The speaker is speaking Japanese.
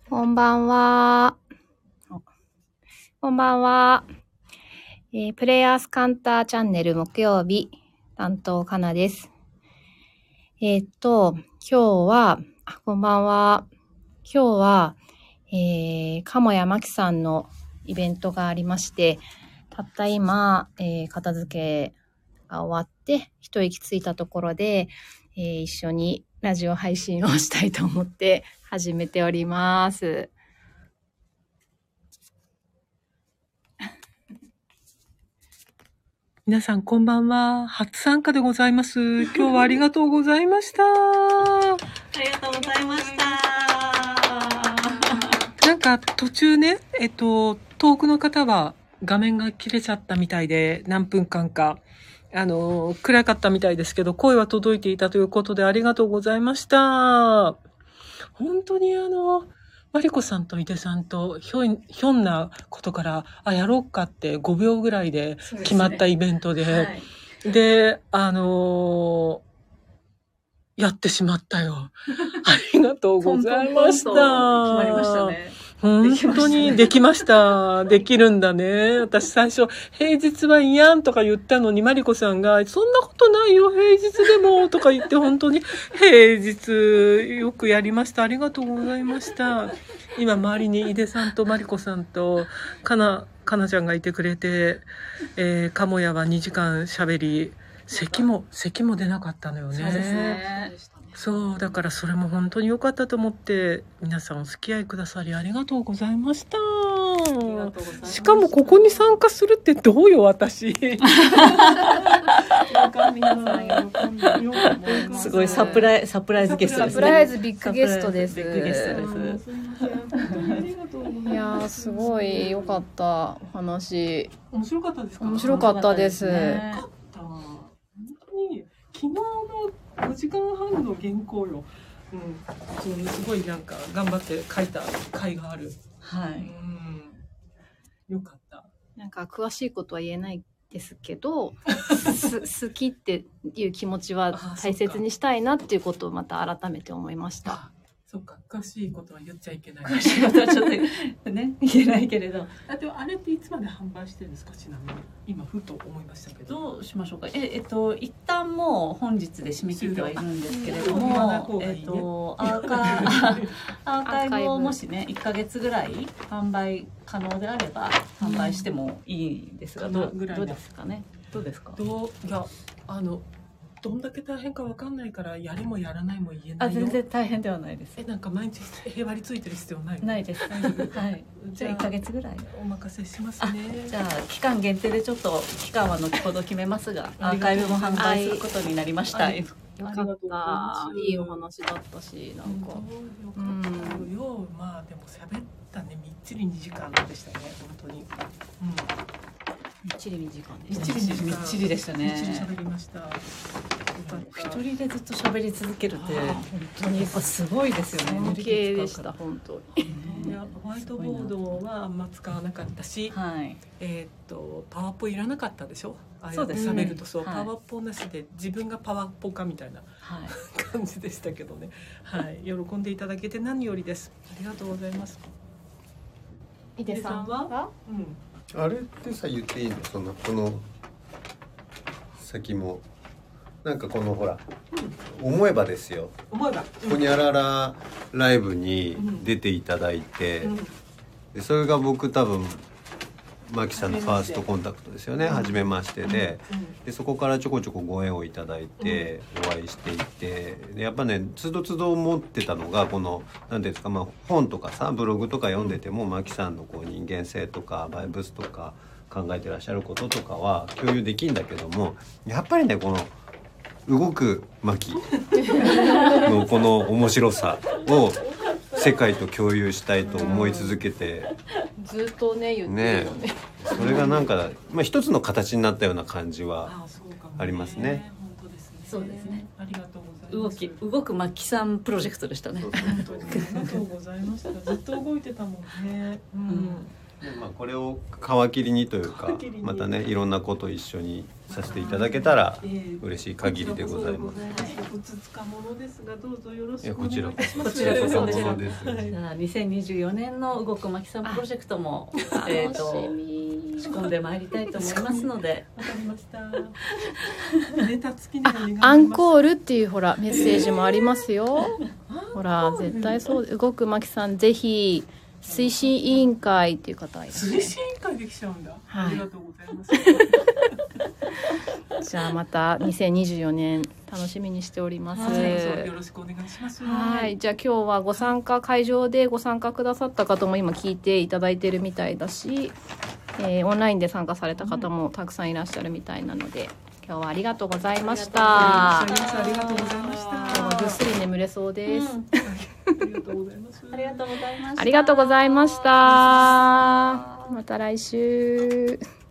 こんばんは。こんばんは。プレイヤースカンターチャンネル木曜日担当かなです。今日は、こんばんは。今日は、鴨谷真紀さんのイベントがありまして、たった今、片付けが終わって一息ついたところで、一緒にラジオ配信をしたいと思って始めております。 皆さんこんばんは。初参加でございます。今日はありがとうございました。ありがとうございました。 なんか途中ね、遠くの方は画面が切れちゃったみたいで、何分間か、暗かったみたいですけど、声は届いていたということでありがとうございました。本当にマリコさんと井出さんとひょんなことから、やろうかって5秒ぐらいで決まったイベントで、はい、で、やってしまったよ。ありがとうございました。 決まりましたね。 本当にできました。できるんだね。私最初、平日はいやんとか言ったのに、マリコさんが、そんなことないよ、平日でも、とか言って、本当に平日よくやりました。ありがとうございました。今、周りに井出さんとマリコさんと、かなちゃんがいてくれて、鴨屋は2時間喋り、咳も出なかったのよね。 そうですね。 そう、だからそれも本当に良かったと思って、皆さんお付き合いくださりありがとうございました。しかもここに参加するってどうよ、私。 すごいサプライズゲストですね。 サプライズビッグゲストです。 ビッグゲストです。 いやすごい良かったお話。 面白かったですか？ 面白かったです。 昨日の5時間半の原稿よ。すごいなんか頑張って書いた回がある。 はい。 よかった。 なんか詳しいことは言えないですけど、好きっていう気持ちは大切にしたいなっていうことをまた改めて思いました。 そうか、詳しいことは言っちゃいけない。 詳しいことはちょっとね言えないけれど。 でもあれっていつまで販売してるんですか？ちなみに今ふと思いましたけど。 どうしましょうか。一旦もう本日で締め切ってはいるんですけれども、アーカイブをもしね1ヶ月ぐらい販売可能であれば販売してもいいんですが、どうですかね。どうですか？ いやどんだけ大変か分かんないからやりもやらないも言えないよ。 全然大変ではないです。 なんか毎日へばりついてる必要ないの？ ないです。はい。じゃあ1ヶ月ぐらいお任せしますね。 じゃあ期間限定でちょっと期間は後ほど決めますが、アーカイブも販売することになりました。 よかった。いいお話だったし、なんか。 まあでも喋ったね、みっちり2時間でしたね、本当に。 みっちり2時間でした。みっちりでしたね。 みっちり喋りました。 一人でずっと喋り続けるって本当にやっぱすごいですよね。 尊敬でした本当に。 いやホワイトボードはあんま使わなかったし、 はい、 パワポいらなかったでしょ。 そうですね。 喋るとそう、パワポなしで自分がパワポかみたいな感じでしたけどね。はい、喜んでいただけて何よりです。ありがとうございます。 井出さんは？ あれってさ言っていいの？この先もなんかこのほら、思えばですよ。 思えば。 ほにゃららライブに出ていただいて、でそれが僕多分マキさんのファーストコンタクトですよね。初めましてで、そこからちょこちょこご縁をいただいてお会いしていて、でやっぱねつどつど思ってたのがこのなんていうんですか、本とかさブログとか読んでてもマキさんのこう人間性とかバイブスとか考えてらっしゃることとかは共有できるんだけども、やっぱりねこの動くマキのこの面白さを世界と共有したいと思い続けて、 ずっとね言ってるよね。 それがなんか、一つの形になったような感じはありますね。 そうですね。 ありがとうございます。 動くマキさんプロジェクトでしたね。 ありがとうございました。ずっと動いてたもんね。 まあこれを皮切りにというかまたねいろんなことを一緒にさせていただけたら嬉しい限りでございます。 ふつつかものですがどうぞよろしくおこちら願いいたします。 こちらこそです。そうです。 じゃあ2024年の動くまきさんプロジェクトも楽しみ。 仕込んでまいりたいと思いますので、 わかりました。ネタ付きなのにアンーコールっていうほらメッセージもありますよ。ほら絶対そう。動くまきさんぜひ推進委員会っていう方がいらっしゃる。 推進委員会できちゃうんだ。 はいありがとうございます。 じゃあまた2024年楽しみにしております。 はい、そうよろしくお願いします。 はい、じゃあ今日はご参加会場でご参加くださった方も今聞いていただいてるみたいだし、オンラインで参加された方もたくさんいらっしゃるみたいなので、今日はありがとうございました。 ありがとうございました。 今日はぐっすり眠れそうです。 ありがとうございます。 ありがとうございました。 ありがとうございました。また来週。